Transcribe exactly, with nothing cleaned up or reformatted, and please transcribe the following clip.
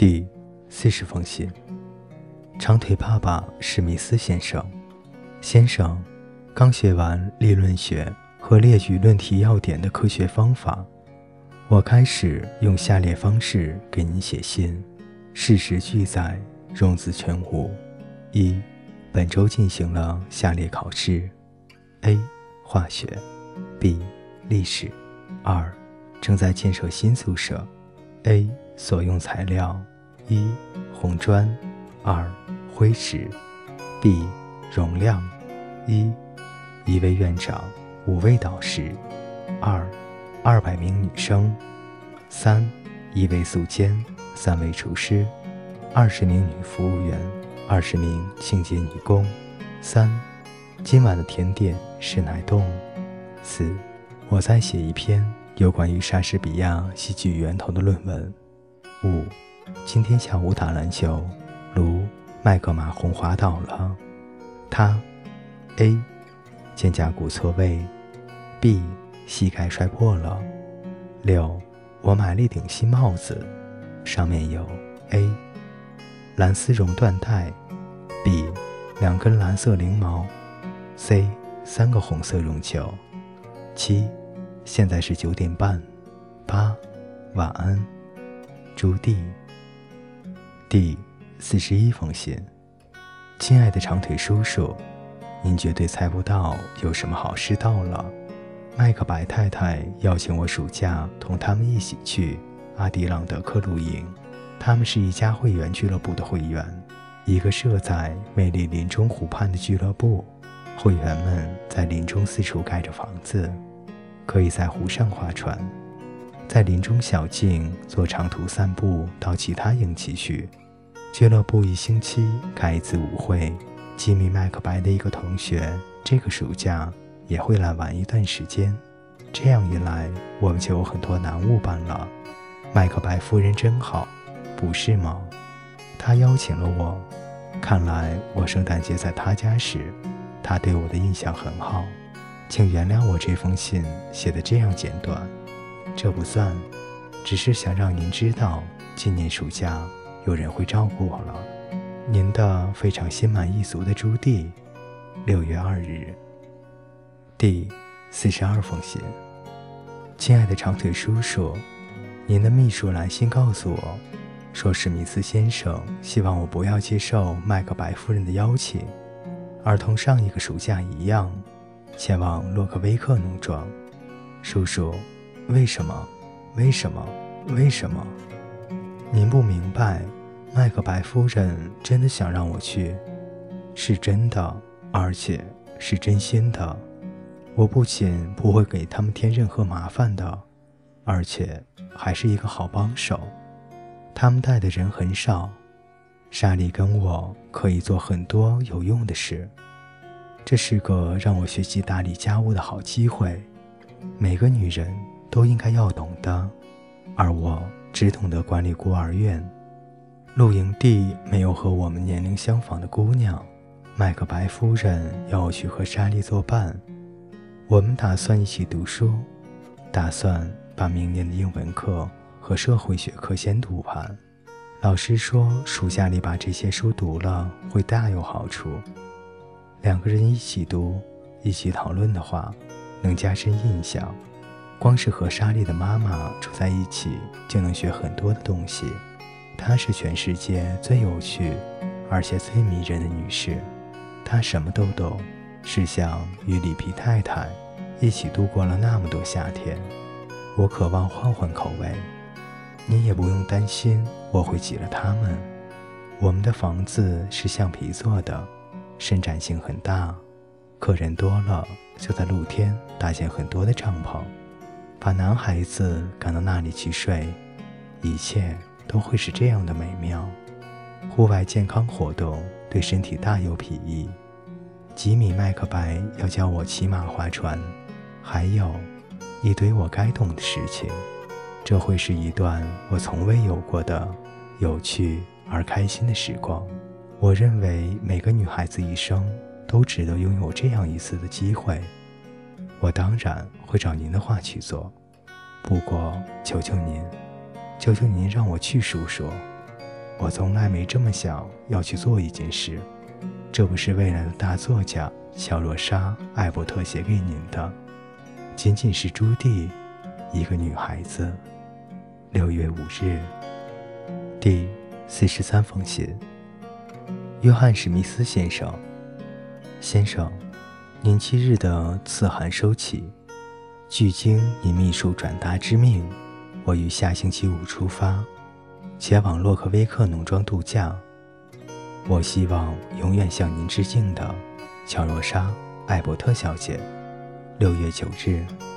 第四十封信，长腿爸爸史密斯先生。先生，刚学完理论学和列举论题要点的科学方法，我开始用下列方式给您写信，事实俱在，用字全无。一、本周进行了下列考试 ：A. 化学 B. 历史。二、正在建设新宿舍。 A. 所用材料：一、红砖；二、灰石。 B. 容量：一、一位院长，五位导师；二、二百名女生；三、一位宿监，三位厨师；二十名女服务员，二十名清洁女工；三、今晚的甜点是奶冻；四、我在写一篇有关于莎士比亚戏剧源头的论文；五、今天下午打篮球，如麦克马洪滑倒了，他 A. 肩胛骨错位 B. 膝盖摔破了。六、我买了一顶新帽子，上面有 A. 蓝丝绒缎带 B. 两根蓝色翎毛 C. 三个红色绒球。七、现在是九点半。八、晚安，朱棣。第四十一封信，亲爱的长腿叔叔，您绝对猜不到有什么好事到了。麦克白太太邀请我暑假同他们一起去阿迪朗德克露营。他们是一家会员俱乐部的会员，一个设在美丽林中湖畔的俱乐部。会员们在林中四处盖着房子，可以在湖上划船，在林中小径做长途散步到其他营区去。俱乐部一星期开一次舞会，吉米麦克白的一个同学这个暑假也会来玩一段时间。这样一来，我们就有很多男物办了。麦克白夫人真好，不是吗？她邀请了我，看来我圣诞节在她家时，她对我的印象很好。请原谅我这封信写得这样简短，这不算，只是想让您知道，今年暑假有人会照顾我了。您的非常心满意足的朱棣。六月二日。第四十二封信，亲爱的长腿叔叔，您的秘书来信告诉我，说史密斯先生希望我不要接受麦克白夫人的邀请，而同上一个暑假一样，前往洛克威克农庄。叔叔，为什么？为什么？为什么？您不明白，麦克白夫人真的想让我去，是真的，而且是真心的。我不仅不会给他们添任何麻烦的，而且还是一个好帮手。他们带的人很少，莎莉跟我可以做很多有用的事。这是个让我学习打理家务的好机会，每个女人都应该要懂的，而我只懂得管理孤儿院。露营地没有和我们年龄相仿的姑娘，麦克白夫人要我去和莎莉作伴。我们打算一起读书，打算把明年的英文课和社会学课先读完。老师说暑假里把这些书读了会大有好处。两个人一起读，一起讨论的话，能加深印象。光是和莎莉的妈妈住在一起，就能学很多的东西。她是全世界最有趣而且最迷人的女士，她什么都懂，是像与里皮太太一起度过了那么多夏天。我渴望换换口味，你也不用担心我会挤了他们。我们的房子是橡皮做的，伸展性很大，客人多了就在露天搭建很多的帐篷，把男孩子赶到那里去睡，一切都会是这样的美妙。户外健康活动对身体大有裨益。吉米麦克白要教我骑马划船，还有一堆我该懂的事情。这会是一段我从未有过的有趣而开心的时光。我认为每个女孩子一生都值得拥有这样一次的机会。我当然会照您的话去做，不过求求您，求求您让我去，叔叔。 我从来没这么想要去做一件事，这不是未来的大作家乔罗莎·艾伯特写给您的，仅仅是朱棣，一个女孩子。六月五日，第四十三封信。约翰·史密斯先生，先生，您七日的赐函收起，据经您秘书转达之命，我于下星期五出发，前往洛克威克农庄度假。我希望永远向您致敬的，乔罗莎·艾伯特小姐。六月九日。